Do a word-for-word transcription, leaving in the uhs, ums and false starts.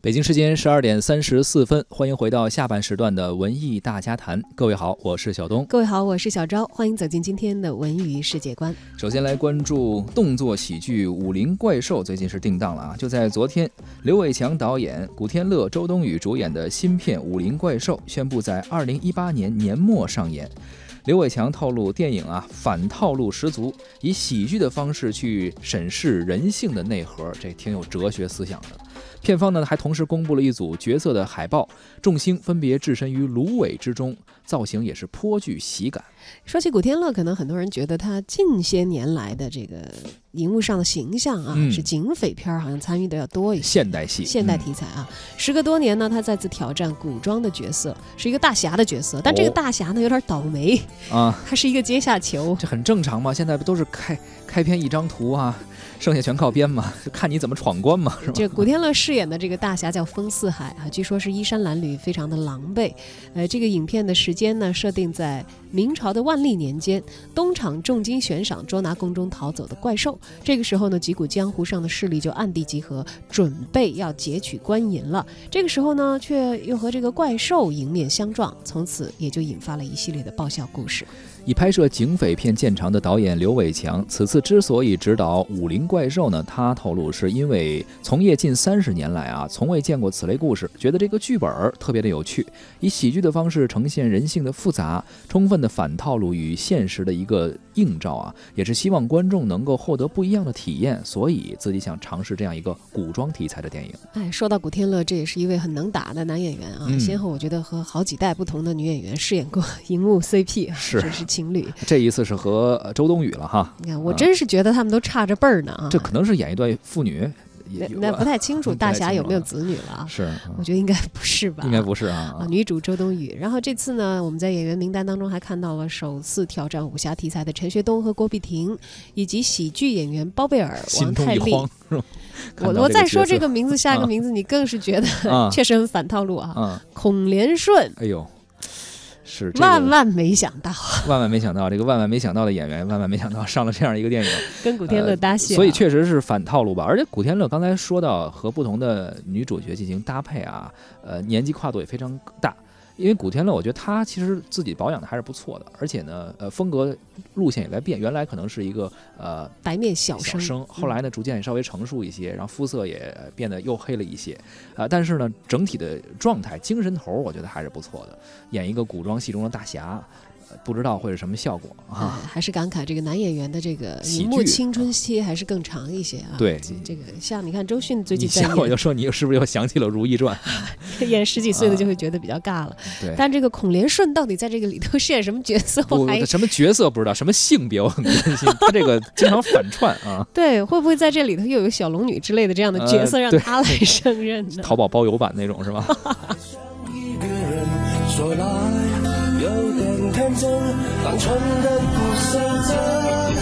北京时间十二点三十四分，欢迎回到下半时段的文艺大家谈。各位好，我是小东。 各位好，我是小昭。欢迎走进今天的文娱世界观。 首先来关注动作喜剧《武林怪兽》，最近是定档了啊！就在昨天，刘伟强导演、古天乐、周冬雨主演的新片《武林怪兽》宣布在二零一八年年末上演。刘伟强透露，电影啊反套路十足，以喜剧的方式去审视人性的内核，这挺有哲学思想的。片方呢还同时公布了一组角色的海报，众星分别置身于芦苇之中，造型也是颇具喜感。 说起古天乐，可能很多人觉得他近些年来的这个荧幕上的形象啊，嗯、是警匪片好像参与的要多一些， 现代戏、 现代题材啊。嗯、时隔多年呢，他再次挑战古装的角色，是一个大侠的角色，但这个大侠呢有点倒霉啊，他是一个阶下囚， 这很正常嘛。现在不都是开开篇一张图啊，剩下全靠编嘛，就看你怎么闯关嘛，是吧？ 这古天乐饰演的这个大侠叫风四海啊，据说是衣衫褴褛，非常的狼狈。呃，这个影片的时间呢设定在明朝的万历年间，东厂重金悬赏捉拿宫中逃走的怪兽。这个时候呢，几股江湖上的势力就暗地集合，准备要劫取官银了。这个时候呢，却又和这个怪兽迎面相撞，从此也就引发了一系列的爆笑故事。 以拍摄警匪片见长的导演刘伟强，此次之所以执导《武林怪兽》呢，他透露是因为从业近三十年来啊，从未见过此类故事，觉得这个剧本特别的有趣，以喜剧的方式呈现人性的复杂，充分的反套路与现实的一个映照啊，也是希望观众能够获得不一样的体验，所以自己想尝试这样一个古装题材的电影。 哎，说到古天乐，这也是一位很能打的男演员啊，嗯、先后我觉得和好几代不同的女演员饰演过荧幕 C P， 是这是情侣。 这一次是和周冬雨了哈。 你看，我真是觉得他们都差着辈儿呢啊！ 这可能是演一对父女。 那不太清楚大侠有没有子女了啊？ 是， 我觉得应该不是吧？ 应该不是啊。 啊，女主周冬雨。然后这次呢，我们在演员名单当中还看到了首次挑战武侠题材的陈学冬和郭碧婷，以及喜剧演员包贝尔、王太利。我我再说这个名字，下一个名字你更是觉得、啊、确实很反套路啊。啊孔连顺。 哎呦。是、这个、 万万没想到， 万万没想到，这个万万没想到的演员，万万没想到上了这样一个电影， 跟古天乐搭戏、啊呃， 所以确实是反套路吧。而且古天乐刚才说到和不同的女主角进行搭配啊，呃，年纪跨度也非常大。因为古天乐，我觉得他其实自己保养的还是不错的，而且呢，呃，风格路线也在变。原来可能是一个呃白面小生， 小生后来呢，逐渐也稍微成熟一些，然后肤色也变得又黑了一些，啊、呃，但是呢，整体的状态、精神头，我觉得还是不错的。演一个古装戏中的大侠。不知道会是什么效果啊！ 还是感慨这个男演员的这个荧幕青春期还是更长一些啊。 对， 这个像你看周迅最近在演， 我就说你是不是又想起了《如懿传》？ 演十几岁的就会觉得比较尬了。啊、 对， 但这个孔连顺到底在这个里头饰演什么角色？ 不，什么角色不知道，什么性别我很关心。他这个经常反串啊。 对，会不会在这里头又有小龙女之类的这样的角色让他来胜任呢？ 淘宝包邮版那种是吧？ 有点天真，当纯的不是真。